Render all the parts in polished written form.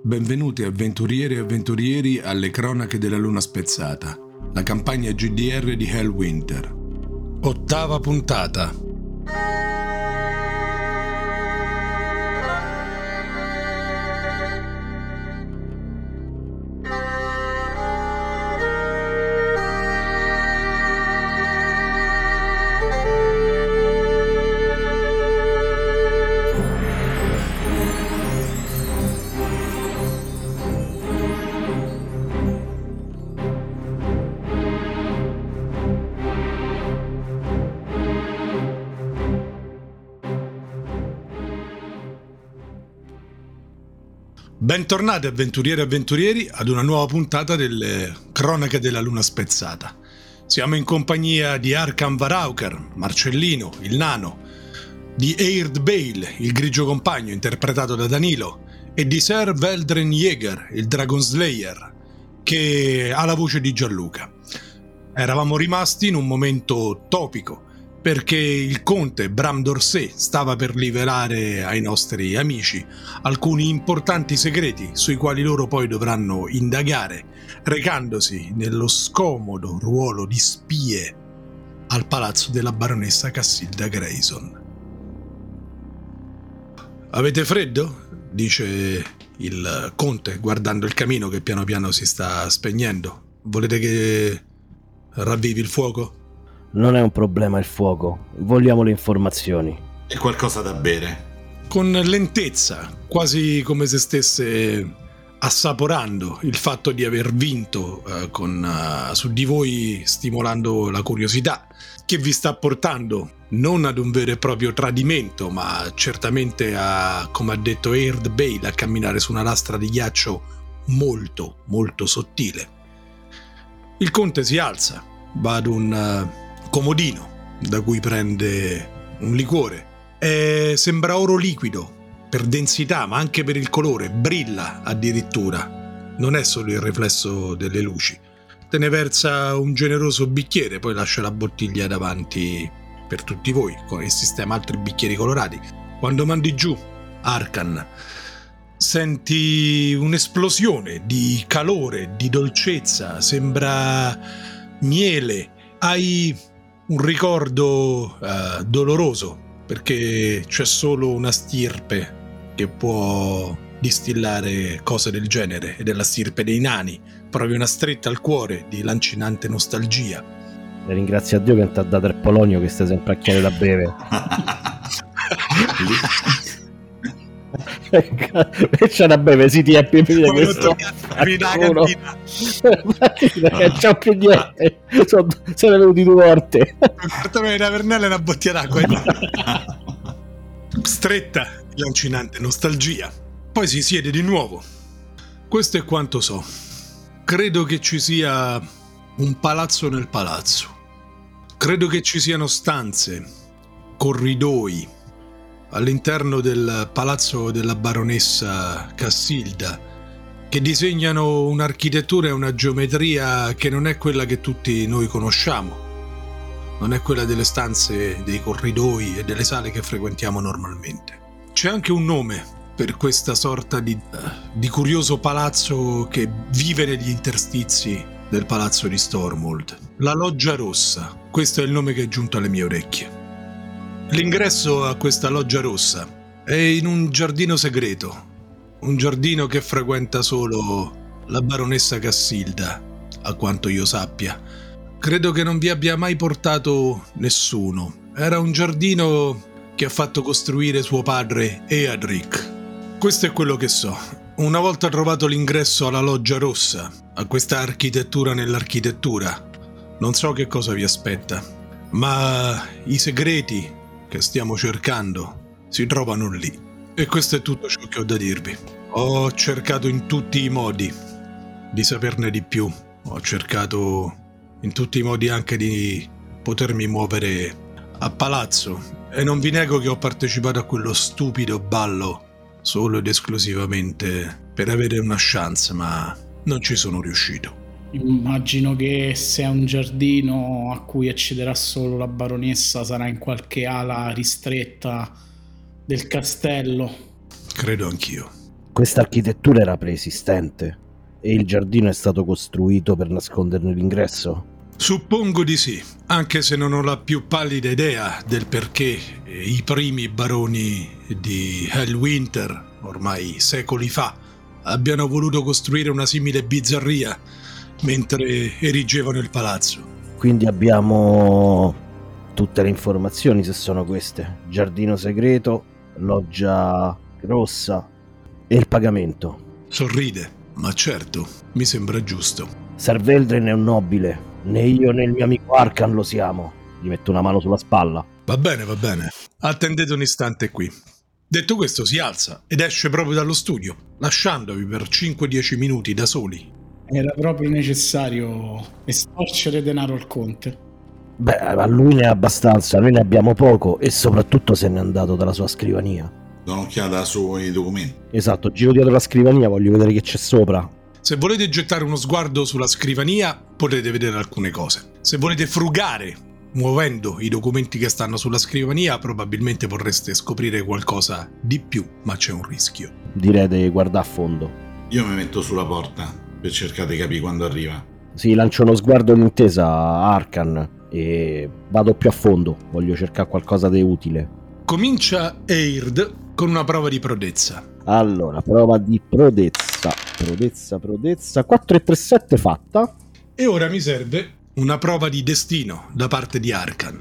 Benvenuti avventuriere e avventurieri alle cronache della luna spezzata, la campagna GDR di Hellwinter. 8ª puntata. Bentornati avventuriere e avventurieri ad una nuova puntata delle cronache della luna spezzata. Siamo in compagnia di Arkan Varauker, Marcellino, il nano, di Eird Bale, il grigio compagno interpretato da Danilo, e di Sir Veldren Jäger, il Dragon Slayer, che ha la voce di Gianluca. Eravamo rimasti in un momento topico, perché il conte Bram d'Orsay stava per rivelare ai nostri amici alcuni importanti segreti sui quali loro poi dovranno indagare, recandosi nello scomodo ruolo di spie al palazzo della baronessa Cassilda Grayson. Avete freddo? Dice il conte guardando il camino che piano piano si sta spegnendo. Volete che ravvivi il fuoco? Non è un problema il fuoco, vogliamo le informazioni. E qualcosa da bere. Con lentezza, quasi come se stesse assaporando il fatto di aver vinto su di voi, stimolando la curiosità, che vi sta portando non ad un vero e proprio tradimento, ma certamente a, come ha detto Eird Bale, a camminare su una lastra di ghiaccio molto, molto sottile. Il conte si alza, va ad un comodino da cui prende un liquore. Sembra oro liquido per densità, ma anche per il colore, brilla addirittura. Non è solo il riflesso delle luci. Te ne versa un generoso bicchiere, poi lascia la bottiglia davanti per tutti voi e sistema altri bicchieri colorati. Quando mandi giù, Arkan, senti un'esplosione di calore, di dolcezza, sembra miele. Hai un ricordo doloroso, perché c'è solo una stirpe che può distillare cose del genere, ed è la stirpe dei nani. Provi una stretta al cuore di lancinante nostalgia. Ringrazio a Dio che non ti ha dato il polonio che stai sempre a chiedere da bere. C'è da bere, si ti è più questo che c'ho più niente, se ne venuti 2 volte. Portami una pernella e una bottiglia d'acqua. Stretta di lancinante nostalgia. Poi si siede di nuovo. Questo è quanto so. Credo che ci sia un palazzo nel palazzo. Credo che ci siano stanze, corridoi all'interno del palazzo della baronessa Cassilda, che disegnano un'architettura e una geometria che non è quella che tutti noi conosciamo. Non è quella delle stanze, dei corridoi e delle sale che frequentiamo normalmente. C'è anche un nome per questa sorta di curioso palazzo che vive negli interstizi del palazzo di Stormhold. La Loggia Rossa. Questo è il nome che è giunto alle mie orecchie. L'ingresso a questa Loggia Rossa è in un giardino segreto, un giardino che frequenta solo la baronessa Cassilda, a quanto io sappia. Credo che non vi abbia mai portato nessuno. Era un giardino che ha fatto costruire suo padre Eadric. Questo è quello che so. Una volta trovato l'ingresso alla Loggia Rossa, a questa architettura nell'architettura, non so che cosa vi aspetta, ma i segreti che stiamo cercando si trovano lì. E questo è tutto ciò che ho da dirvi. Ho cercato in tutti i modi di saperne di più. Ho cercato in tutti i modi anche di potermi muovere a palazzo, e non vi nego che ho partecipato a quello stupido ballo solo ed esclusivamente per avere una chance, ma non ci sono riuscito. Immagino che se è un giardino a cui accederà solo la baronessa sarà in qualche ala ristretta del castello. Credo anch'io. Questa architettura era preesistente e il giardino è stato costruito per nasconderne l'ingresso? Suppongo di sì, anche se non ho la più pallida idea del perché i primi baroni di Hellwinter, ormai secoli fa, abbiano voluto costruire una simile bizzarria mentre erigevano il palazzo. Quindi abbiamo tutte le informazioni, se sono queste: giardino segreto, loggia rossa e il pagamento. Sorride, ma certo, mi sembra giusto. Sir Veldren è un nobile, né io né il mio amico Arkan lo siamo. Gli metto una mano sulla spalla. Va bene, va bene. Attendete un istante qui. Detto questo si alza ed esce proprio dallo studio, lasciandovi per 5-10 minuti da soli. Era proprio necessario estorcere denaro al conte. Beh, a lui ne è abbastanza, noi ne abbiamo poco e soprattutto se n'è andato dalla sua scrivania. Do un'occhiata sui documenti. Esatto, giro dietro la scrivania, voglio vedere che c'è sopra. Se volete gettare uno sguardo sulla scrivania, potete vedere alcune cose. Se volete frugare, muovendo i documenti che stanno sulla scrivania, probabilmente vorreste scoprire qualcosa di più, ma c'è un rischio. Direi di guardare a fondo. Io mi metto sulla porta per cercare di capire quando arriva. Sì, lancio uno sguardo d'intesa a Arkan e vado più a fondo, voglio cercare qualcosa di utile. Comincia Eird con una prova di prodezza. Allora, prova di prodezza. 4-3-7 fatta. E ora mi serve una prova di destino da parte di Arkan.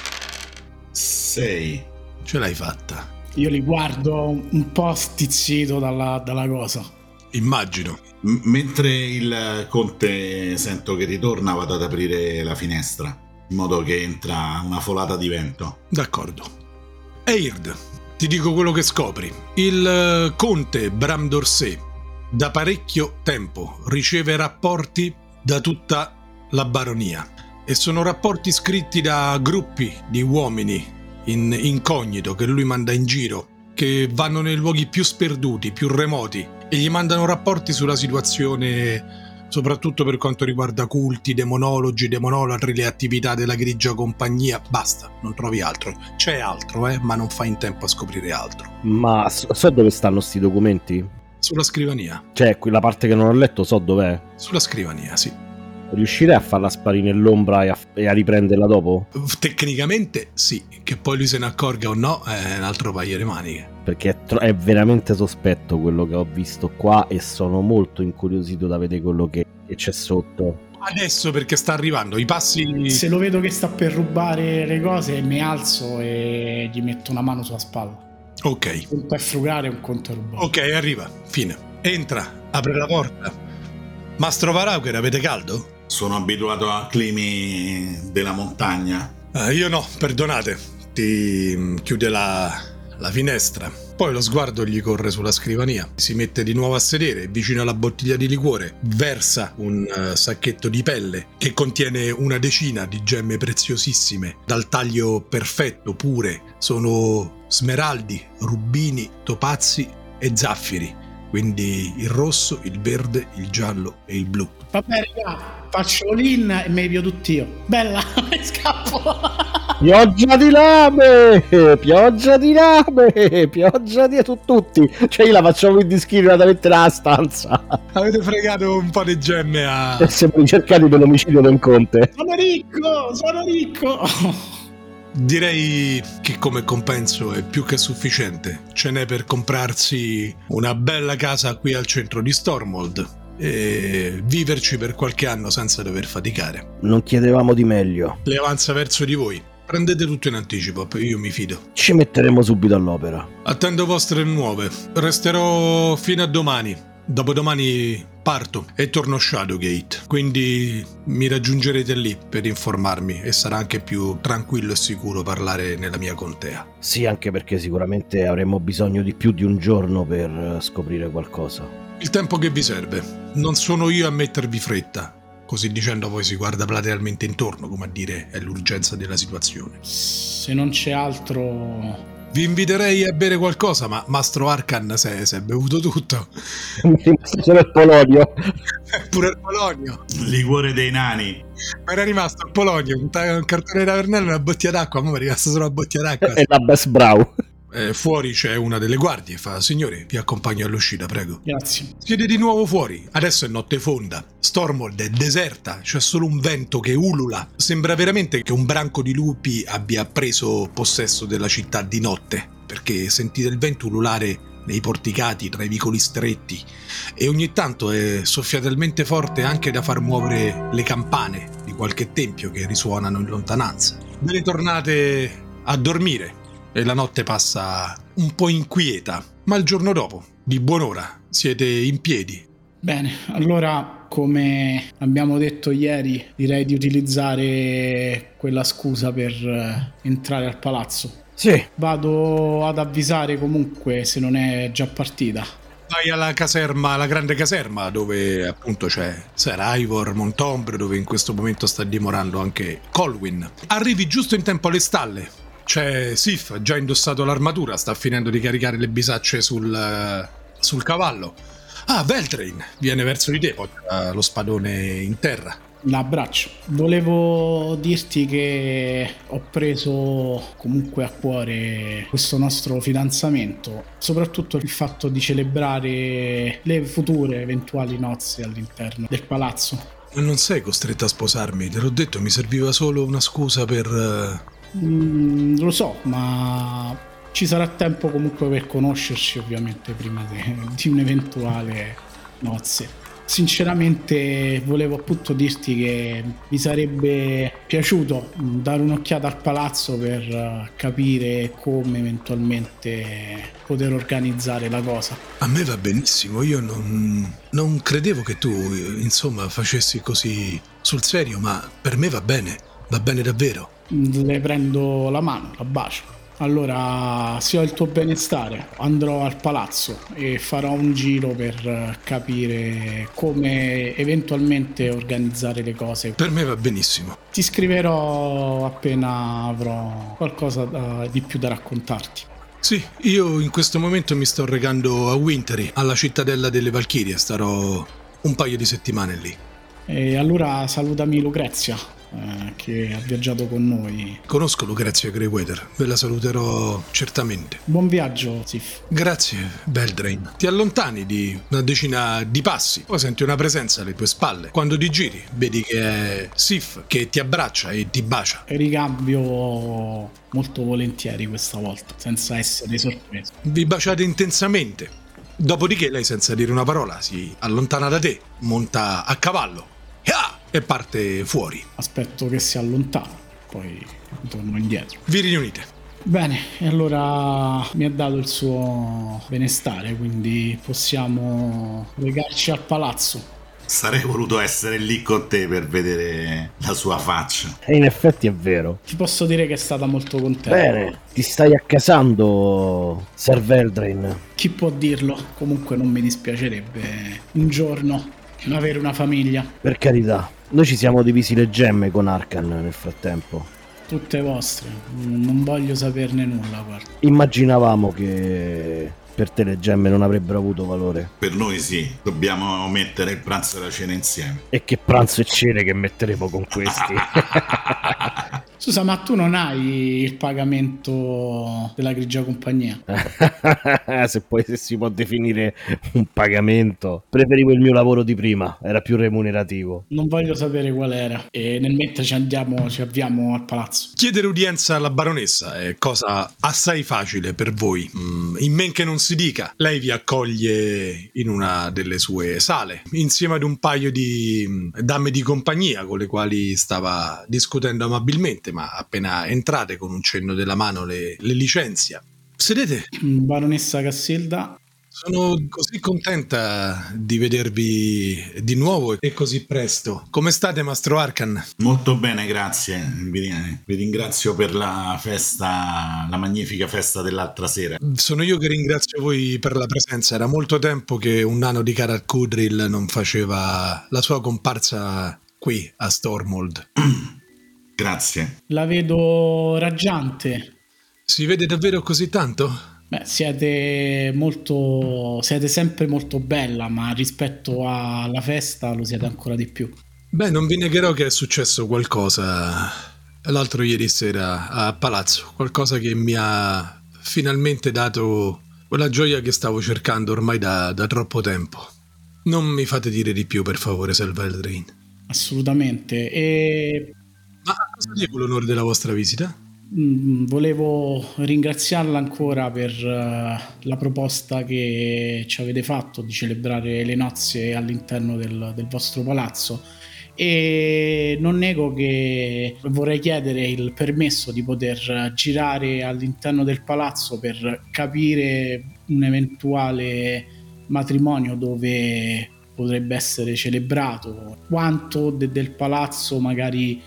6. Ce l'hai fatta. Io li guardo un po' stizzito dalla cosa. Immagino. Mentre il conte sento che ritorna, vado ad aprire la finestra, in modo che entra una folata di vento. D'accordo. Eird, ti dico quello che scopri. Il conte Bram d'Orsay da parecchio tempo riceve rapporti da tutta la baronia e sono rapporti scritti da gruppi di uomini in incognito che lui manda in giro, che vanno nei luoghi più sperduti, più remoti e gli mandano rapporti sulla situazione, soprattutto per quanto riguarda culti, demonologi, demonolatri, le attività della grigia compagnia. Basta, non trovi altro. C'è altro, ma non fai in tempo a scoprire altro. Ma so dove stanno sti documenti? Sulla scrivania. Cioè, quella parte che non ho letto so dov'è. Sulla scrivania, sì. Riuscirei a farla sparire nell'ombra e a riprenderla dopo? Tecnicamente sì, che poi lui se ne accorga o no è un altro paio di maniche. Perché è veramente sospetto quello che ho visto qua e sono molto incuriosito da vedere quello che c'è sotto. Adesso perché sta arrivando i passi. Se lo vedo che sta per rubare le cose, mi alzo e gli metto una mano sulla spalla. Ok. Un conto è frugare, un conto è rubare. Ok, arriva, fine. Entra, apre la porta. Mastro Varauker, avete caldo? Sono abituato a climi della montagna. Io no, perdonate. Ti chiude la finestra. Poi lo sguardo gli corre sulla scrivania. Si mette di nuovo a sedere vicino alla bottiglia di liquore. Versa un sacchetto di pelle che contiene una decina di gemme preziosissime dal taglio perfetto, pure. Sono smeraldi, rubini, topazi e zaffiri. Quindi il rosso, il verde, il giallo e il blu. Vabbè, raga, faccio l'in e me li piglio tutti io. Bella, scappo. Pioggia di lame! Pioggia di lame! Pioggia di su tutti! Cioè io la facciamo indiscriminatamente nella stanza. Avete fregato un po' di gemme a... E siamo ricercati per l'omicidio del conte. Sono ricco! Direi che come compenso è più che sufficiente. Ce n'è per comprarsi una bella casa qui al centro di Stormhold e viverci per qualche anno senza dover faticare. Non chiedevamo di meglio. Le avanza verso di voi. Prendete tutto in anticipo, io mi fido. Ci metteremo subito all'opera. Attendo vostre nuove. Resterò fino a domani. Dopodomani parto e torno a Shadowgate, quindi mi raggiungerete lì per informarmi e sarà anche più tranquillo e sicuro parlare nella mia contea. Sì, anche perché sicuramente avremo bisogno di più di un giorno per scoprire qualcosa. Il tempo che vi serve. Non sono io a mettervi fretta. Così dicendo poi si guarda platealmente intorno, come a dire è l'urgenza della situazione. Se non c'è altro... Vi inviterei a bere qualcosa, ma Mastro Arkan si è bevuto tutto. Solo il Polonio. Pure il Polonio. Liquore dei nani. Ma era rimasto il Polonio, un cartone di tavernello e una bottiglia d'acqua. Ma mi è rimasta solo una bottiglia d'acqua. E la Best Brow. Fuori c'è una delle guardie, fa: signore, vi accompagno all'uscita, prego. Grazie. Siete di nuovo fuori, adesso è notte fonda. Stormhold è deserta, c'è solo un vento che ulula. Sembra veramente che un branco di lupi abbia preso possesso della città di notte, perché sentite il vento ululare nei porticati, tra i vicoli stretti, e ogni tanto è soffiato talmente forte anche da far muovere le campane di qualche tempio che risuonano in lontananza. Ve ne tornate a dormire e la notte passa un po' inquieta, ma il giorno dopo, di buon'ora, siete in piedi. Bene, allora, come abbiamo detto ieri, direi di utilizzare quella scusa per entrare al palazzo. Sì. Vado ad avvisare comunque se non è già partita. Vai alla caserma, alla grande caserma, dove appunto c'è Ser Ivor Montombre, dove in questo momento sta dimorando anche Colwyn. Arrivi giusto in tempo alle stalle. C'è Sif, già indossato l'armatura, sta finendo di caricare le bisacce sul cavallo. Ah, Veltrain viene verso di te, poggia lo spadone in terra. L'abbraccio. Volevo dirti che ho preso comunque a cuore questo nostro fidanzamento, soprattutto il fatto di celebrare le future eventuali nozze all'interno del palazzo. Ma non sei costretto a sposarmi, te l'ho detto, mi serviva solo una scusa per... Lo so, ma ci sarà tempo comunque per conoscerci, ovviamente, prima di un'eventuale nozze. Sinceramente volevo appunto dirti che mi sarebbe piaciuto dare un'occhiata al palazzo per capire come eventualmente poter organizzare la cosa. A me va benissimo, io non credevo che tu, insomma, facessi così sul serio, ma per me va bene davvero. Le prendo la mano, la bacio. Allora, se ho il tuo benestare, andrò al palazzo e farò un giro per capire come eventualmente organizzare le cose. Per me va benissimo. Ti scriverò appena avrò qualcosa di più da raccontarti. Sì, io in questo momento mi sto recando a Wintery, alla cittadella delle Valchirie, starò un paio di settimane lì. E allora salutami Lucrezia, che ha viaggiato con noi. Conosco Lucrezia Greyweather, ve la saluterò certamente. Buon viaggio, Sif. Grazie, Veldrain. Ti allontani di una decina di passi, poi senti una presenza alle tue spalle. Quando ti giri, vedi che è Sif che ti abbraccia e ti bacia. Ricambio molto volentieri questa volta, senza essere sorpreso. Vi baciate intensamente. Dopodiché lei, senza dire una parola, si allontana da te, monta a cavallo e parte fuori. Aspetto che si allontana, poi torno indietro. Vi riunite. Bene, e allora mi ha dato il suo benestare, quindi possiamo recarci al palazzo. Sarei voluto essere lì con te per vedere la sua faccia. E in effetti è vero. Ti posso dire che è stata molto contenta. Bene, ti stai accasando, Ser Veldrain. Chi può dirlo? Comunque non mi dispiacerebbe un giorno avere una famiglia. Per carità, noi ci siamo divisi le gemme con Arkan nel frattempo. Tutte vostre, non voglio saperne nulla, guarda. Immaginavamo che per te le gemme non avrebbero avuto valore. Per noi sì, dobbiamo mettere il pranzo e la cena insieme. E che pranzo e cene che metteremo con questi. Scusa, ma tu non hai il pagamento della grigia compagnia? Se si può definire un pagamento. Preferivo il mio lavoro di prima, era più remunerativo. Non voglio sapere qual era. E nel mentre ci avviamo al palazzo. Chiedere udienza alla baronessa è cosa assai facile per voi. In men che non si dica, lei vi accoglie in una delle sue sale, insieme ad un paio di dame di compagnia con le quali stava discutendo amabilmente, ma appena entrate con un cenno della mano le licenzia. Sedete. Baronessa Cassilda. Sono così contenta di vedervi di nuovo e così presto. Come state, Mastro Arkan? Molto bene, grazie. Vi ringrazio per la festa, la magnifica festa dell'altra sera. Sono io che ringrazio voi per la presenza. Era molto tempo che un nano di Karat Kudril non faceva la sua comparsa qui a Stormhold. Grazie. La vedo raggiante. Si vede davvero così tanto? Beh, siete sempre molto bella, ma rispetto alla festa lo siete ancora di più. Beh, non vi negherò che è successo qualcosa l'altro ieri sera a palazzo, qualcosa che mi ha finalmente dato quella gioia che stavo cercando ormai da troppo tempo. Non mi fate dire di più, per favore, Selva Eldraine. Assolutamente. Ma a cosa devo l'onore della vostra visita? Volevo ringraziarla ancora per la proposta che ci avete fatto di celebrare le nozze all'interno del vostro palazzo, e non nego che vorrei chiedere il permesso di poter girare all'interno del palazzo per capire un eventuale matrimonio dove potrebbe essere celebrato, quanto del palazzo magari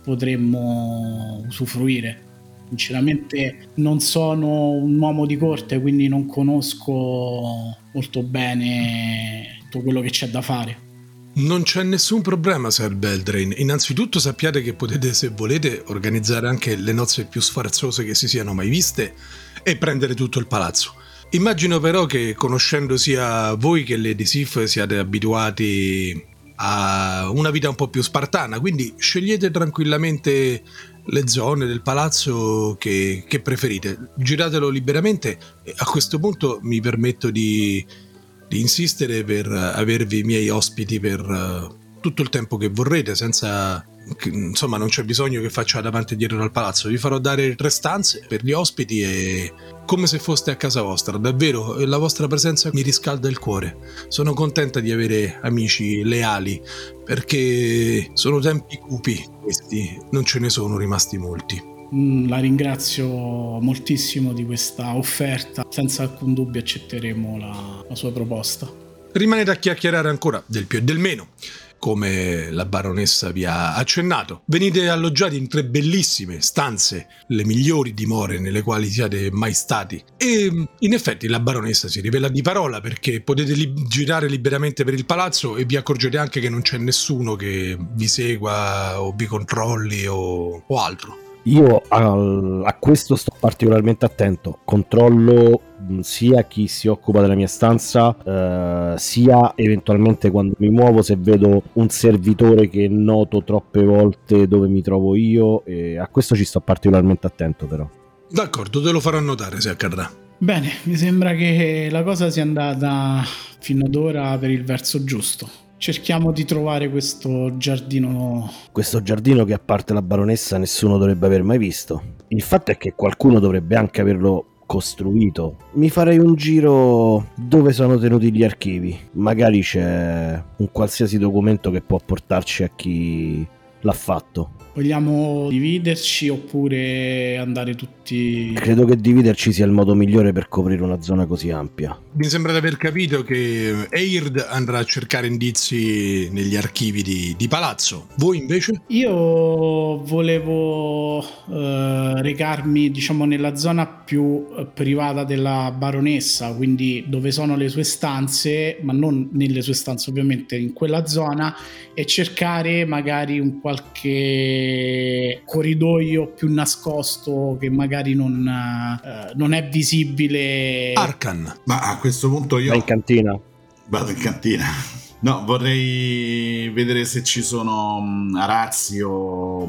potremmo usufruire. Sinceramente non sono un uomo di corte, quindi non conosco molto bene tutto quello che c'è da fare. Non c'è nessun problema, Sir Beldrain. Innanzitutto sappiate che potete, se volete, organizzare anche le nozze più sfarzose che si siano mai viste e prendere tutto il palazzo. Immagino però che, conoscendo sia voi che Lady Sif, siate abituati a una vita un po' più spartana, quindi scegliete tranquillamente le zone del palazzo che preferite, giratelo liberamente. E a questo punto mi permetto di insistere per avervi i miei ospiti per tutto il tempo che vorrete, senza insomma non c'è bisogno che facciate avanti e dietro dal palazzo. Vi farò dare 3 stanze per gli ospiti e come se foste a casa vostra. Davvero, la vostra presenza mi riscalda il cuore. Sono contenta di avere amici leali, perché sono tempi cupi questi, non ce ne sono rimasti molti. La ringrazio moltissimo di questa offerta, senza alcun dubbio accetteremo la sua proposta. Rimanete a chiacchierare ancora del più e del meno, come la baronessa vi ha accennato. Venite alloggiati in 3 bellissime stanze, le migliori dimore nelle quali siate mai stati. E in effetti la baronessa si rivela di parola, perché potete girare liberamente per il palazzo e vi accorgete anche che non c'è nessuno che vi segua o vi controlli o altro. Io a questo sto particolarmente attento, controllo sia chi si occupa della mia stanza, sia eventualmente quando mi muovo, se vedo un servitore che noto troppe volte dove mi trovo io, e a questo ci sto particolarmente attento però. D'accordo, te lo farò notare se accadrà. Bene, mi sembra che la cosa sia andata fino ad ora per il verso giusto. Cerchiamo di trovare questo giardino che, a parte la baronessa, nessuno dovrebbe aver mai visto. Il fatto è che qualcuno dovrebbe anche averlo costruito. Mi farei un giro dove sono tenuti gli archivi. Magari c'è un qualsiasi documento che può portarci a chi l'ha fatto. Vogliamo dividerci oppure andare tutti? Credo che dividerci sia il modo migliore per coprire una zona così ampia. Mi sembra di aver capito che Eird andrà a cercare indizi negli archivi di palazzo. Voi invece? Io volevo recarmi, diciamo, nella zona più privata della baronessa, quindi dove sono le sue stanze, ma non nelle sue stanze ovviamente, in quella zona, e cercare magari un qualche corridoio più nascosto che magari non è visibile. Arcan. Ma a questo punto io Vai in cantina. vado in cantina. No, vorrei vedere se ci sono arazzi o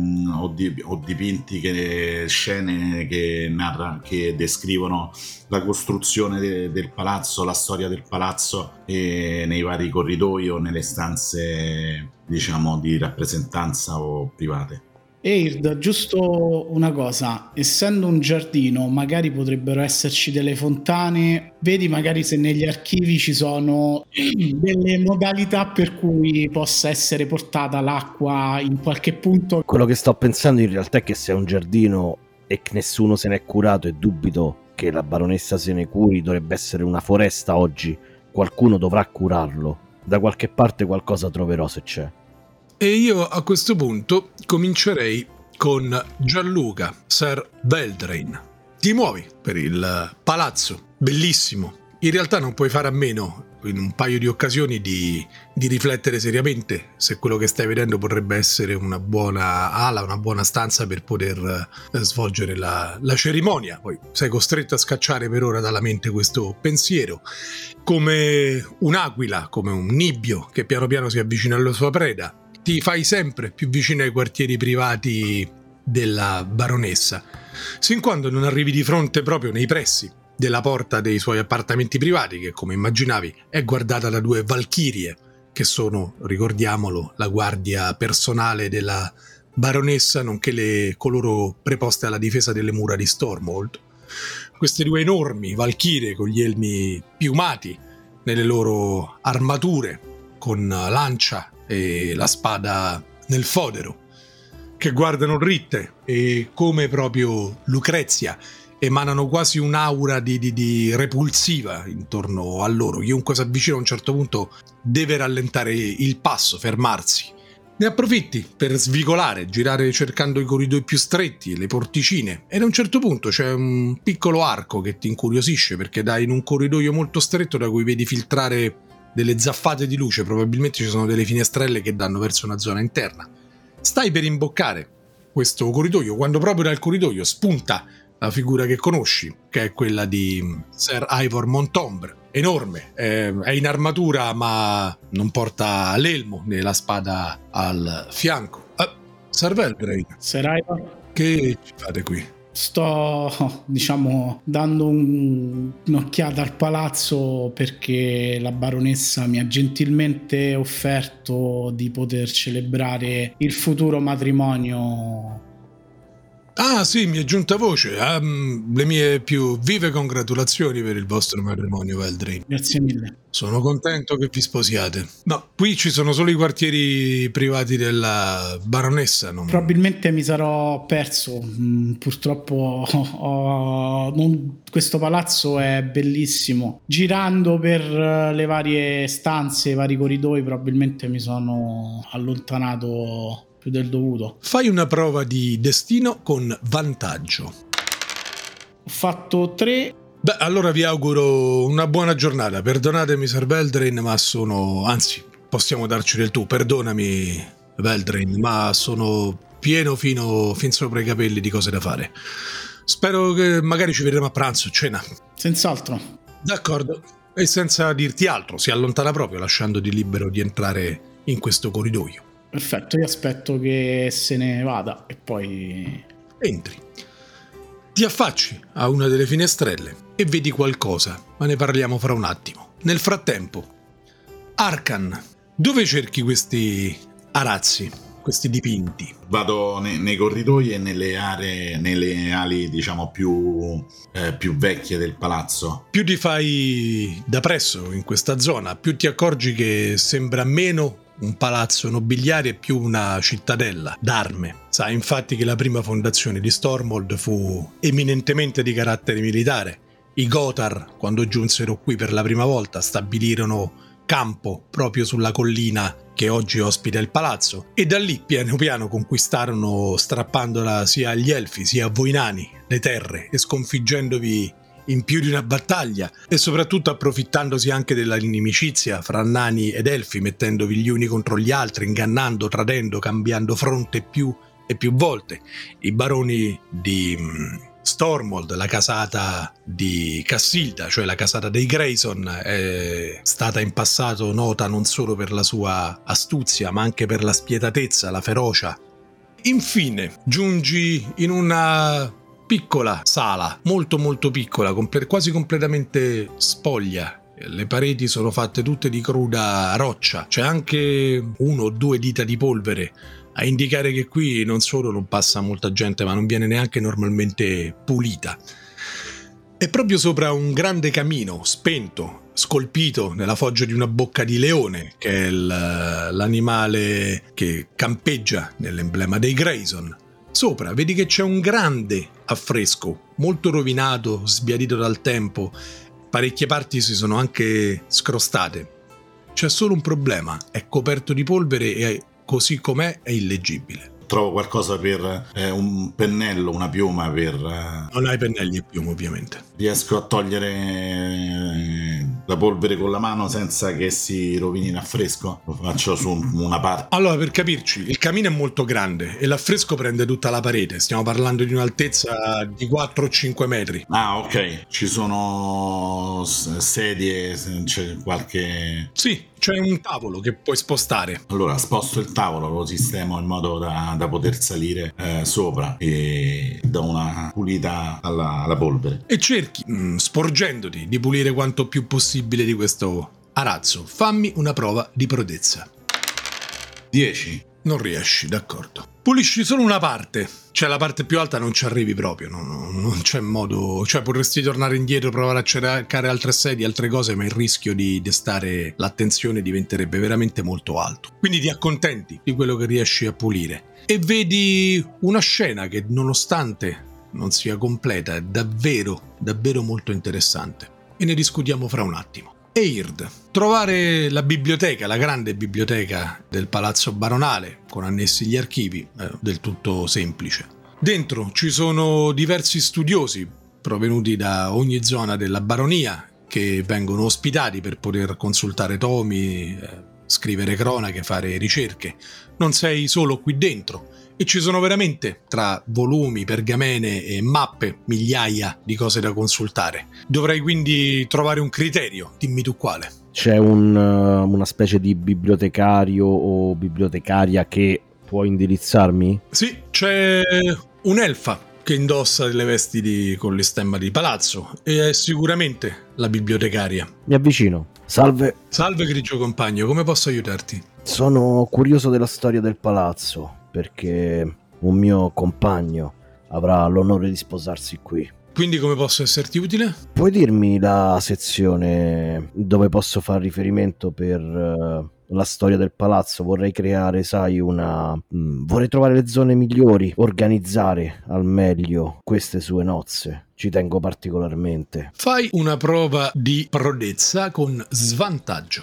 dipinti, scene che descrivono la costruzione del palazzo, la storia del palazzo, e nei vari corridoi o nelle stanze, diciamo, di rappresentanza o private. Eird, giusto una cosa, essendo un giardino magari potrebbero esserci delle fontane, vedi magari se negli archivi ci sono delle modalità per cui possa essere portata l'acqua in qualche punto. Quello che sto pensando in realtà è che se è un giardino e che nessuno se n'è curato, e dubito che la baronessa se ne curi, dovrebbe essere una foresta oggi, qualcuno dovrà curarlo, da qualche parte qualcosa troverò se c'è. E io a questo punto comincerei con Gianluca, Sir Beldrain. Ti muovi per il palazzo, bellissimo. In realtà non puoi fare a meno, in un paio di occasioni, di riflettere seriamente se quello che stai vedendo potrebbe essere una buona ala, una buona stanza per poter svolgere la cerimonia. Poi sei costretto a scacciare per ora dalla mente questo pensiero, come un'aquila, come un nibbio che piano piano si avvicina alla sua preda. Ti fai sempre più vicino ai quartieri privati della baronessa, sin quando non arrivi di fronte proprio nei pressi della porta dei suoi appartamenti privati, che come immaginavi è guardata da 2 valchirie, che sono, ricordiamolo, la guardia personale della baronessa, nonché coloro preposte alla difesa delle mura di Stormhold. Queste 2 enormi valchirie con gli elmi piumati nelle loro armature, con lancia e la spada nel fodero, che guardano dritte e, come proprio Lucrezia, emanano quasi un'aura di repulsiva intorno a loro. Chiunque si avvicina a un certo punto deve rallentare il passo, fermarsi. Ne approfitti per svicolare, girare cercando i corridoi più stretti, le porticine, ed a un certo punto c'è un piccolo arco che ti incuriosisce, perché dai in un corridoio molto stretto da cui vedi filtrare delle zaffate di luce. Probabilmente ci sono delle finestrelle che danno verso una zona interna. Stai per imboccare questo corridoio quando proprio dal corridoio spunta la figura che conosci, che è quella di Sir Ivor Montombre, enorme, è in armatura ma non porta l'elmo né la spada al fianco. Sir Veldrain, Sir Ivor, che ci fate qui? sto, diciamo, dando un'occhiata al palazzo perché la baronessa mi ha gentilmente offerto di poter celebrare il futuro matrimonio. Ah sì, mi è giunta voce. Le mie più vive congratulazioni per il vostro matrimonio, Veldrain. Grazie mille. Sono contento che vi sposiate. No, qui ci sono solo i quartieri privati della baronessa. Probabilmente mi sarò perso. Purtroppo questo palazzo è bellissimo. Girando per le varie stanze, i vari corridoi, probabilmente mi sono allontanato più del dovuto. Fai una prova di destino con vantaggio. Ho fatto 3. Beh, allora vi auguro una buona giornata. Perdonatemi, Sir Veldrain, ma anzi, possiamo darci del tu. Perdonami, Veldrain, ma sono pieno fin sopra i capelli di cose da fare. Spero che magari ci vedremo a pranzo, cena. Senz'altro. D'accordo. E senza dirti altro, si allontana proprio, lasciandoti libero di entrare in questo corridoio. Perfetto, io aspetto che se ne vada e poi entri. Ti affacci a una delle finestrelle e vedi qualcosa, ma ne parliamo fra un attimo. Nel frattempo, Arkan, dove cerchi questi arazzi, questi dipinti? Vado nei corridoi e nelle ali diciamo più vecchie del palazzo. Più ti fai da presso in questa zona, più ti accorgi che sembra meno un palazzo nobiliare e più una cittadella d'arme. Sai infatti che la prima fondazione di Stormhold fu eminentemente di carattere militare. I Gothar, quando giunsero qui per la prima volta, stabilirono campo proprio sulla collina che oggi ospita il palazzo, e da lì piano piano conquistarono, strappandola sia agli elfi sia a voi nani, le terre, e sconfiggendovi in più di una battaglia, e soprattutto approfittandosi anche della inimicizia fra nani ed elfi, mettendovi gli uni contro gli altri, ingannando, tradendo, cambiando fronte più e più volte. I baroni di Stormhold, la casata di Cassilda, cioè la casata dei Grayson, è stata in passato nota non solo per la sua astuzia, ma anche per la spietatezza, la ferocia. Infine giungi in una piccola sala, molto molto piccola, quasi completamente spoglia. Le pareti sono fatte tutte di cruda roccia, c'è anche 1 o 2 dita di polvere a indicare che qui non solo non passa molta gente, ma non viene neanche normalmente pulita. È proprio sopra un grande camino spento, scolpito nella foggia di una bocca di leone, che è l'animale che campeggia nell'emblema dei Grayson. Sopra vedi che c'è un grande affresco, molto rovinato, sbiadito dal tempo. Parecchie parti si sono anche scrostate. C'è solo un problema: è coperto di polvere e così com'è è illeggibile. Trovo qualcosa per un pennello, una piuma per... Non hai pennelli e piume, ovviamente. Riesco a togliere la polvere con la mano senza che si rovini l'affresco? Lo faccio su una parte. Allora, per capirci, il camino è molto grande e l'affresco prende tutta la parete. Stiamo parlando di un'altezza di 4 o 5 metri. Ah, ok. Ci sono sedie, c'è qualche... Sì, c'è un tavolo che puoi spostare. Allora sposto il tavolo, lo sistemo in modo da poter salire sopra e do una pulita alla polvere. E cerchi, sporgendoti, di pulire quanto più possibile di questo arazzo. Fammi una prova di prodezza. 10. Non riesci, d'accordo. Pulisci solo una parte, cioè la parte più alta non ci arrivi proprio, non c'è modo, cioè potresti tornare indietro, provare a cercare altre sedie, altre cose, ma il rischio di destare l'attenzione diventerebbe veramente molto alto. Quindi ti accontenti di quello che riesci a pulire e vedi una scena che, nonostante non sia completa, è davvero, davvero molto interessante. E ne discutiamo fra un attimo. Eird. Trovare la biblioteca, la grande biblioteca del Palazzo Baronale, con annessi gli archivi, è del tutto semplice. Dentro ci sono diversi studiosi provenuti da ogni zona della baronia che vengono ospitati per poter consultare tomi, scrivere cronache, fare ricerche. Non sei solo qui dentro. E ci sono veramente, tra volumi, pergamene e mappe, migliaia di cose da consultare. Dovrai quindi trovare un criterio, dimmi tu quale. C'è una specie di bibliotecario o bibliotecaria che può indirizzarmi? Sì, c'è un'elfa che indossa delle vesti con le stemma di palazzo e è sicuramente la bibliotecaria. Mi avvicino. Salve. Salve grigio compagno, come posso aiutarti? Sono curioso della storia del palazzo, perché un mio compagno avrà l'onore di sposarsi qui. Quindi come posso esserti utile? Puoi dirmi la sezione dove posso fare riferimento per la storia del palazzo? Vorrei creare, sai, vorrei trovare le zone migliori, organizzare al meglio queste sue nozze. Ci tengo particolarmente. Fai una prova di prodezza con svantaggio.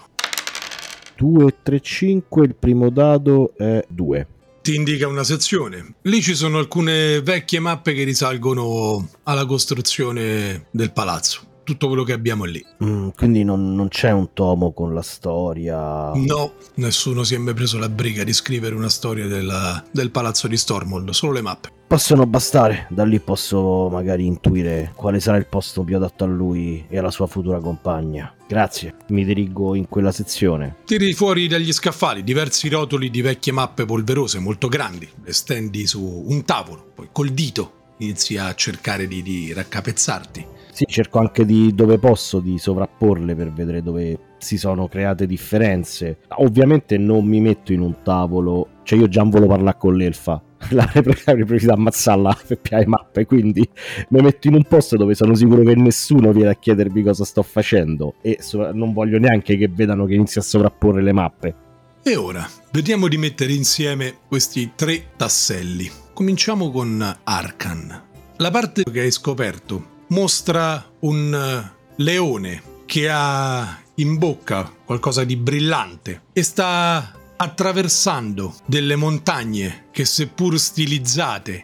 2, 3, 5, il primo dado è 2. Ti indica una sezione. Lì ci sono alcune vecchie mappe che risalgono alla costruzione del palazzo. Tutto quello che abbiamo lì. Quindi non c'è un tomo con la storia? No, nessuno si è mai preso la briga di scrivere una storia del palazzo di Stormhold, solo le mappe. Possono bastare, da lì posso magari intuire quale sarà il posto più adatto a lui e alla sua futura compagna. Grazie, mi dirigo in quella sezione. Tiri fuori dagli scaffali diversi rotoli di vecchie mappe polverose molto grandi, le stendi su un tavolo, poi col dito inizi a cercare di raccapezzarti. Sì, cerco anche dove posso di sovrapporle per vedere dove si sono create differenze. Ovviamente non mi metto in un tavolo, cioè io già non volevo parlare con l'elfa, avrei preferito ammazzarla per piare mappe, quindi mi metto in un posto dove sono sicuro che nessuno viene a chiedermi cosa sto facendo e non voglio neanche che vedano che inizio a sovrapporre le mappe. E ora, vediamo di mettere insieme questi 3 tasselli. Cominciamo con Arcan. La parte che hai scoperto mostra un leone che ha in bocca qualcosa di brillante e sta attraversando delle montagne che, seppur stilizzate,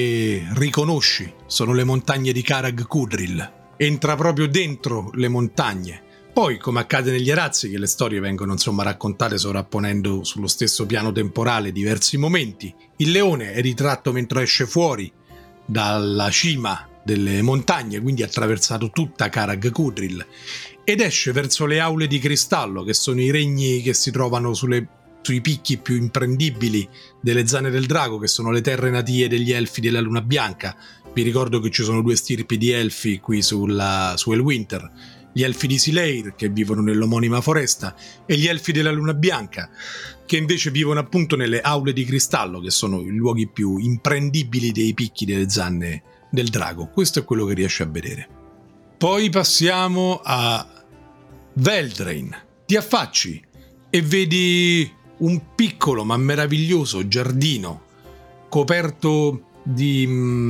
le riconosci. Sono le montagne di Karag Kudril. Entra proprio dentro le montagne. Poi, come accade negli arazzi, che le storie vengono raccontate sovrapponendo sullo stesso piano temporale diversi momenti, il leone è ritratto mentre esce fuori dalla cima delle montagne, quindi ha attraversato tutta Karag Kudril ed esce verso le aule di cristallo, che sono i regni che si trovano sui picchi più imprendibili delle zane del drago, che sono le terre natie degli elfi della luna bianca. Vi ricordo che ci sono 2 stirpi di elfi qui su Elwinter: gli elfi di Sileir, che vivono nell'omonima foresta, e gli elfi della luna bianca, che invece vivono appunto nelle aule di cristallo, che sono i luoghi più imprendibili dei picchi delle zanne del drago. Questo è quello che riesci a vedere. Poi passiamo a Veldrain. Ti affacci e vedi un piccolo ma meraviglioso giardino coperto di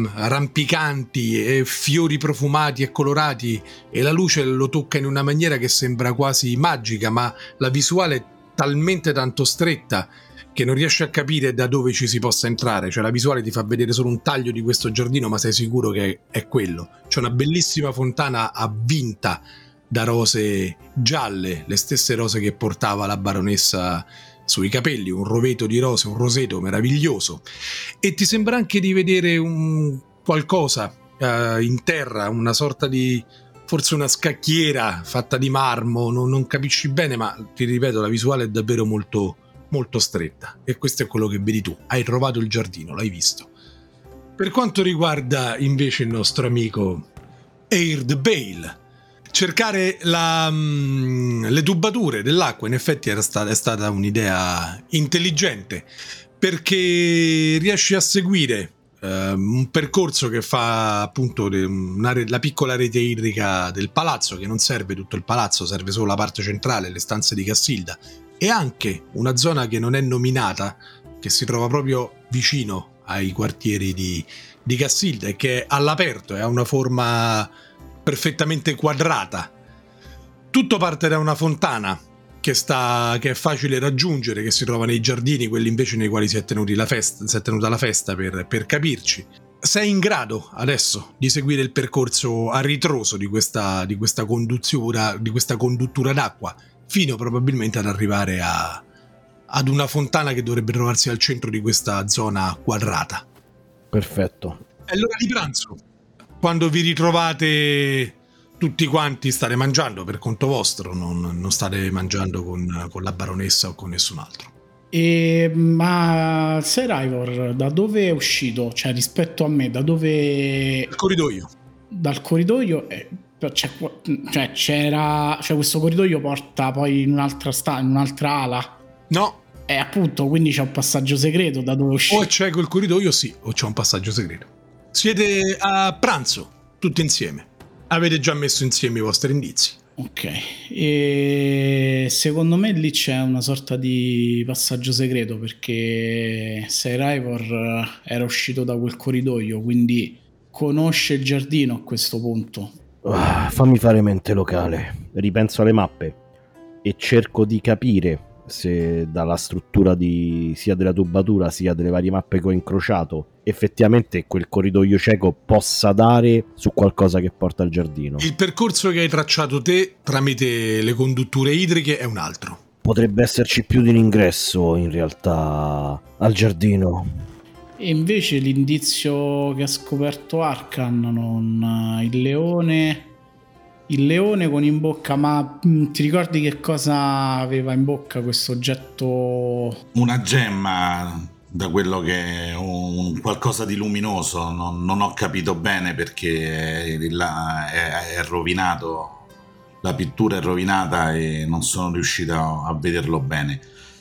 rampicanti e fiori profumati e colorati, e la luce lo tocca in una maniera che sembra quasi magica, ma la visuale è talmente tanto stretta che non riesci a capire da dove ci si possa entrare. Cioè la visuale ti fa vedere solo un taglio di questo giardino, ma sei sicuro che è quello. C'è una bellissima fontana avvinta da rose gialle, le stesse rose che portava la baronessa sui capelli, un roveto di rose, un roseto meraviglioso, e ti sembra anche di vedere un qualcosa in terra, una sorta di, forse una scacchiera fatta di marmo, non capisci bene, ma ti ripeto, la visuale è davvero molto molto stretta, e questo è quello che vedi tu. Hai trovato il giardino, l'hai visto. Per quanto riguarda invece il nostro amico Eird Bale, cercare le tubature dell'acqua in effetti è stata un'idea intelligente, perché riesci a seguire un percorso che fa appunto la piccola rete idrica del palazzo, che non serve tutto il palazzo, serve solo la parte centrale, le stanze di Cassilda, e anche una zona che non è nominata, che si trova proprio vicino ai quartieri di Cassilda e che è all'aperto e ha una forma perfettamente quadrata. Tutto parte da una fontana che è facile raggiungere, che si trova nei giardini, quelli invece nei quali si è tenuta la festa, per capirci. Sei in grado adesso di seguire il percorso a ritroso di questa conduttura d'acqua, fino probabilmente ad arrivare ad una fontana che dovrebbe trovarsi al centro di questa zona quadrata. Perfetto. È l'ora di pranzo. Quando vi ritrovate tutti quanti state mangiando per conto vostro, non state mangiando con la baronessa o con nessun altro. Ma Sir Ivor da dove è uscito? Cioè, rispetto a me, da dove? Il corridoio. Dal corridoio c'è questo corridoio porta poi in un'altra ala. No. Appunto, quindi c'è un passaggio segreto da dove è uscito. O c'è quel corridoio, sì, o c'è un passaggio segreto. Siete a pranzo tutti insieme. Avete già messo insieme i vostri indizi. Ok, e secondo me lì c'è una sorta di passaggio segreto, perché Sir Ivor era uscito da quel corridoio, quindi conosce il giardino a questo punto. Fammi fare mente locale, ripenso alle mappe e cerco di capire se dalla struttura sia della tubatura sia delle varie mappe che ho incrociato effettivamente quel corridoio cieco possa dare su qualcosa che porta al giardino. Il percorso che hai tracciato te tramite le condutture idriche è un altro. Potrebbe esserci più di un ingresso in realtà al giardino. E invece l'indizio che ha scoperto Arkan, il leone con in bocca, ma ti ricordi che cosa aveva in bocca questo oggetto? Una gemma, da quello che è un qualcosa di luminoso, non ho capito bene perché è rovinato, la pittura è rovinata e non sono riuscito a vederlo bene.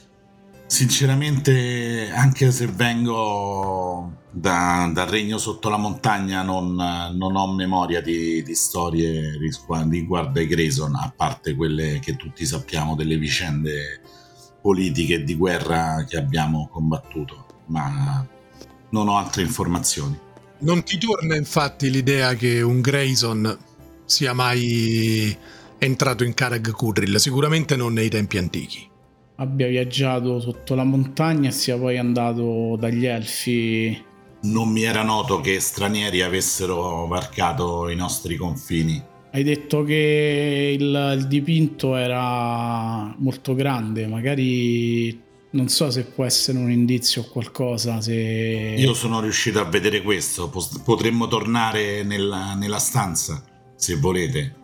Sinceramente, anche se vengo dal regno sotto la montagna, non ho memoria di storie riguardo ai Grayson, a parte quelle che tutti sappiamo delle vicende politiche e di guerra che abbiamo combattuto, ma non ho altre informazioni. Non ti torna infatti l'idea che un Grayson sia mai entrato in Carag Kudril, sicuramente non nei tempi antichi. Abbia viaggiato sotto la montagna e sia poi andato dagli elfi. Non mi era noto che stranieri avessero varcato i nostri confini. Hai detto che il dipinto era molto grande, magari non so se può essere un indizio o qualcosa. Se io sono riuscito a vedere questo, potremmo tornare nella stanza se volete,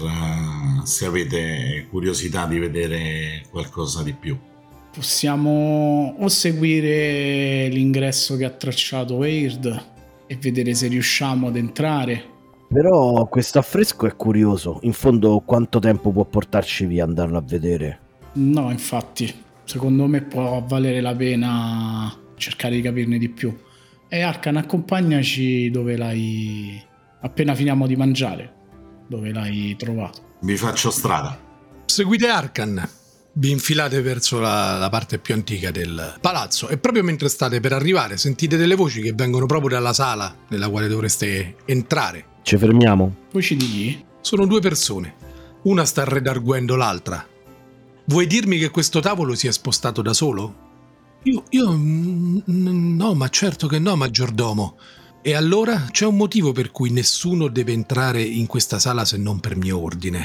se avete curiosità di vedere qualcosa di più. Possiamo o seguire l'ingresso che ha tracciato Eird e vedere se riusciamo ad entrare. Però questo affresco è curioso. In fondo quanto tempo può portarci via andarlo a vedere? No, infatti, secondo me può valere la pena cercare di capirne di più. E Arkan, accompagnaci dove l'hai... appena finiamo di mangiare, dove l'hai trovato. Vi faccio strada. Seguite Arkan. Vi infilate verso la parte più antica del palazzo e proprio mentre state per arrivare sentite delle voci che vengono proprio dalla sala nella quale dovreste entrare. Ci fermiamo? Voci di chi? Sono due persone. Una sta redarguendo l'altra. Vuoi dirmi che questo tavolo si è spostato da solo? Io no, ma certo che no, maggiordomo. E allora c'è un motivo per cui nessuno deve entrare in questa sala se non per mio ordine.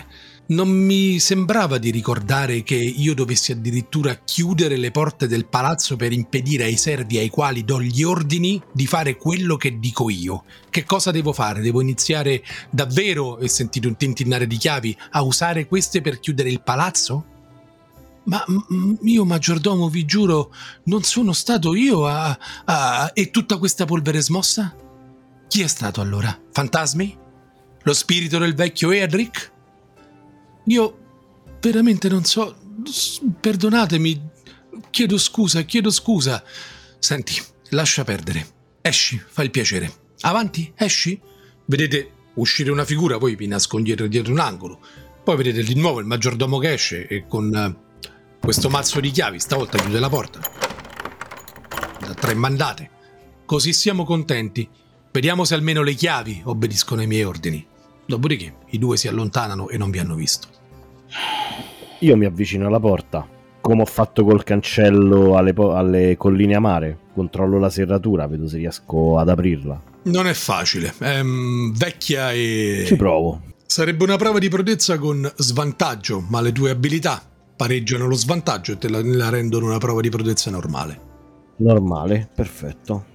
Non mi sembrava di ricordare che io dovessi addirittura chiudere le porte del palazzo per impedire ai servi ai quali do gli ordini di fare quello che dico io. Che cosa devo fare? Devo iniziare davvero, e sentite un tintinnare di chiavi, a usare queste per chiudere il palazzo? Ma io, maggiordomo, vi giuro, non sono stato io e tutta questa polvere smossa? Chi è stato allora? Fantasmi? Lo spirito del vecchio Edric? Io veramente non so, perdonatemi, chiedo scusa. Senti, lascia perdere. Esci, fai il piacere. Avanti, esci. Vedete uscire una figura, voi vi nascondete dietro un angolo. Poi vedete di nuovo il maggiordomo che esce e con questo mazzo di chiavi stavolta chiude la porta. Da 3 mandate. Così siamo contenti. Vediamo se almeno le chiavi obbediscono ai miei ordini. Dopodiché i 2 si allontanano e non vi hanno visto. Io mi avvicino alla porta, come ho fatto col cancello alle colline amare. Controllo la serratura, vedo se riesco ad aprirla. Non è facile, è vecchia e... Ci provo. Sarebbe una prova di prodezza con svantaggio, ma le tue abilità pareggiano lo svantaggio e te la rendono una prova di prodezza normale. Normale, perfetto.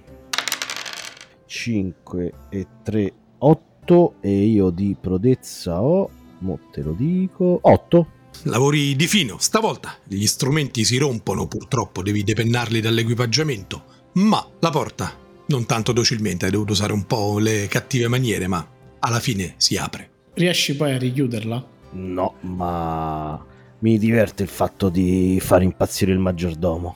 5 e 3, 8, e io di prodezza ho, mo te lo dico, 8. Lavori di fino, stavolta gli strumenti si rompono, purtroppo devi depennarli dall'equipaggiamento, ma la porta, non tanto docilmente, hai dovuto usare un po' le cattive maniere, ma alla fine si apre. Riesci poi a richiuderla? No, ma mi diverte il fatto di far impazzire il maggiordomo.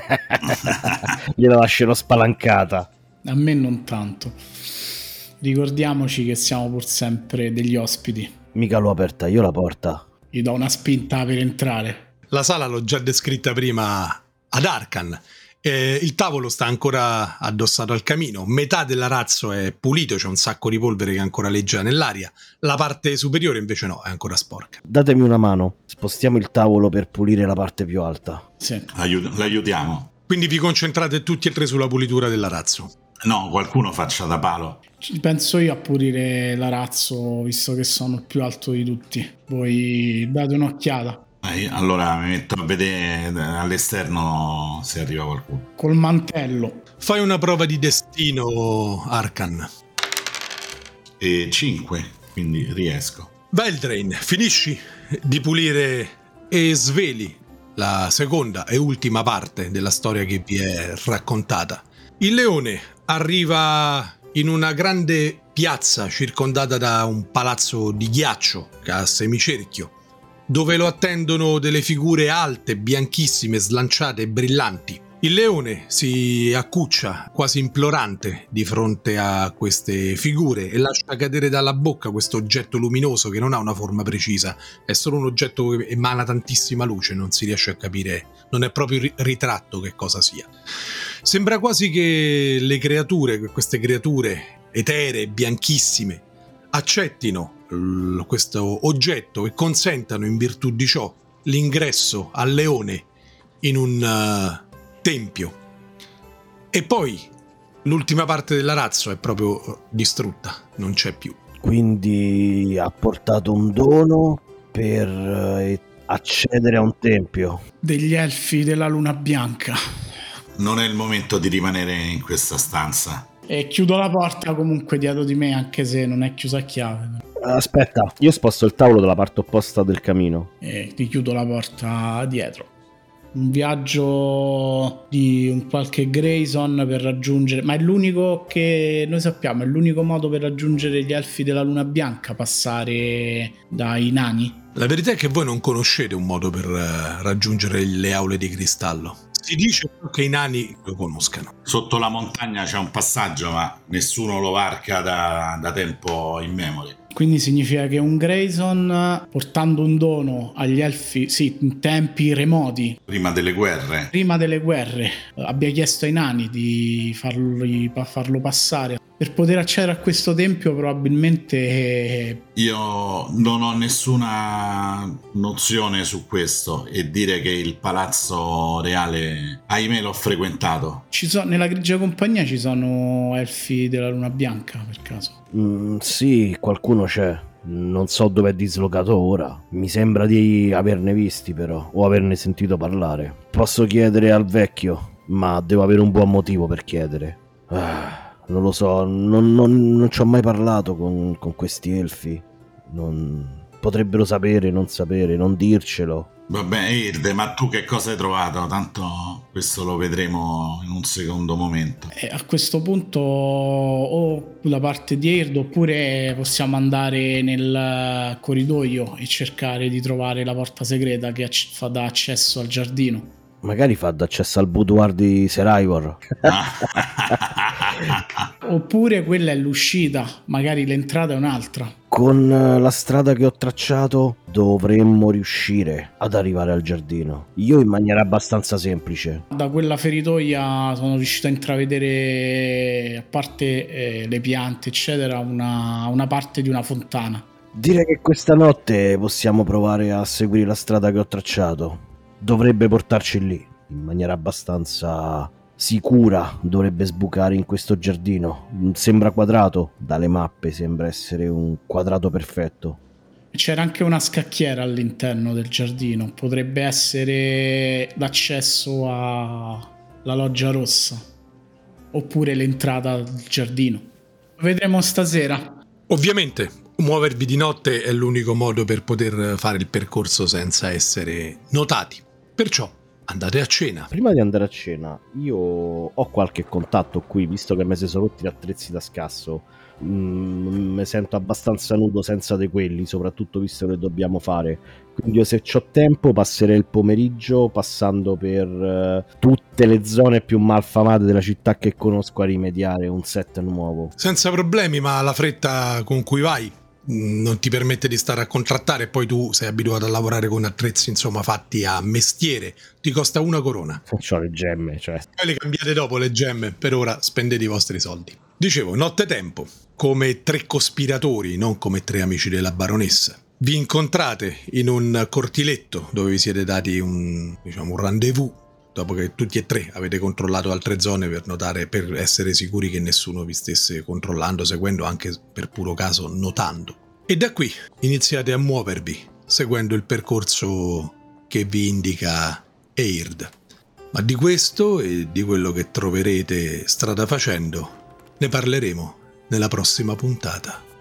Gliela lascerò spalancata. A me non tanto. Ricordiamoci che siamo pur sempre degli ospiti. Mica l'ho aperta io la porta. Gli do una spinta per entrare. La sala l'ho già descritta prima ad Arkan. Il tavolo sta ancora addossato al camino, metà dell'arazzo è pulito, c'è un sacco di polvere che ancora leggia nell'aria, la parte superiore invece no, è ancora sporca. Datemi una mano, spostiamo il tavolo per pulire la parte più alta. Sì. L'aiutiamo. Quindi vi concentrate tutti e 3 sulla pulitura dell'arazzo. No, qualcuno faccia da palo. Ci penso io a pulire l'arazzo, visto che sono il più alto di tutti. Voi date un'occhiata. Allora mi metto a vedere all'esterno se arriva qualcuno. Col mantello. Fai una prova di destino, Arkan. E 5, quindi riesco. Veldrain, finisci di pulire e sveli la seconda e ultima parte della storia che vi è raccontata. Il leone arriva in una grande piazza circondata da un palazzo di ghiaccio a semicerchio, dove lo attendono delle figure alte, bianchissime, slanciate e brillanti. Il leone si accuccia quasi implorante di fronte a queste figure e lascia cadere dalla bocca questo oggetto luminoso che non ha una forma precisa, è solo un oggetto che emana tantissima luce, non si riesce a capire, non è proprio ritratto che cosa sia. Sembra quasi che le creature, queste creature eteree, bianchissime, accettino questo oggetto e consentano in virtù di ciò l'ingresso al leone in un tempio. E poi l'ultima parte dell'arazzo è proprio distrutta, non c'è più. Quindi ha portato un dono per accedere a un tempio. Degli elfi della luna bianca. Non è il momento di rimanere in questa stanza. E chiudo la porta comunque dietro di me, anche se non è chiusa a chiave. Aspetta, io sposto il tavolo dalla parte opposta del camino. E richiudo la porta dietro. Un viaggio di un qualche Grayson per raggiungere... Ma è l'unico che noi sappiamo, è l'unico modo per raggiungere gli elfi della luna bianca, passare dai nani? La verità è che voi non conoscete un modo per raggiungere le aule di cristallo. Si dice che i nani lo conoscano. Sotto la montagna c'è un passaggio, ma nessuno lo varca da tempo immemore. Quindi significa che un Grayson, portando un dono agli elfi, sì, in tempi remoti, Prima delle guerre, abbia chiesto ai nani di farlo passare. Per poter accedere a questo tempio probabilmente... Io non ho nessuna nozione su questo e dire che il palazzo reale, ahimè, l'ho frequentato. Nella grigia compagnia ci sono elfi della luna bianca, per caso? Sì, qualcuno c'è. Non so dove è dislocato ora. Mi sembra di averne visti però, o averne sentito parlare. Posso chiedere al vecchio, ma devo avere un buon motivo per chiedere. Non lo so, non ci ho mai parlato con questi elfi. Potrebbero sapere, non sapere, non dircelo. Vabbè, Irde, ma tu che cosa hai trovato? Tanto questo lo vedremo in un secondo momento. A questo punto o la parte di Eird, oppure possiamo andare nel corridoio e cercare di trovare la porta segreta che fa da accesso al giardino. Magari fa d'accesso al boudoir di Ser Ivor. Oppure quella è l'uscita, magari l'entrata è un'altra. Con la strada che ho tracciato dovremmo riuscire ad arrivare al giardino. Io in maniera abbastanza semplice. Da quella feritoia sono riuscito a intravedere, a parte le piante eccetera, una parte di una fontana. Direi che questa notte possiamo provare a seguire la strada che ho tracciato. Dovrebbe portarci lì, in maniera abbastanza sicura. Dovrebbe sbucare in questo giardino. Sembra quadrato, dalle mappe sembra essere un quadrato perfetto. C'era anche una scacchiera all'interno del giardino, potrebbe essere l'accesso alla loggia rossa, oppure l'entrata al giardino. Vedremo stasera. Ovviamente, muovervi di notte è l'unico modo per poter fare il percorso senza essere notati. Perciò andate a cena. Prima di andare a cena, io ho qualche contatto qui, visto che mi si sono rotti gli attrezzi da scasso. Mi sento abbastanza nudo senza di quelli, soprattutto visto che dobbiamo fare. Quindi io, se c'ho tempo, passerei il pomeriggio passando per tutte le zone più malfamate della città che conosco a rimediare un set nuovo. Senza problemi, ma la fretta con cui vai non ti permette di stare a contrattare. Poi tu sei abituato a lavorare con attrezzi, insomma, fatti a mestiere. Ti costa 1 corona. C'ho le gemme, cioè. Poi le cambiate dopo le gemme. Per ora spendete i vostri soldi. Dicevo, nottetempo, come 3 cospiratori, non come 3 amici della baronessa. Vi incontrate in un cortiletto dove vi siete dati un rendezvous, dopo che tutti e 3 avete controllato altre zone per essere sicuri che nessuno vi stesse controllando, seguendo, anche per puro caso notando. E da qui iniziate a muovervi, seguendo il percorso che vi indica Eird. Ma di questo e di quello che troverete strada facendo ne parleremo nella prossima puntata.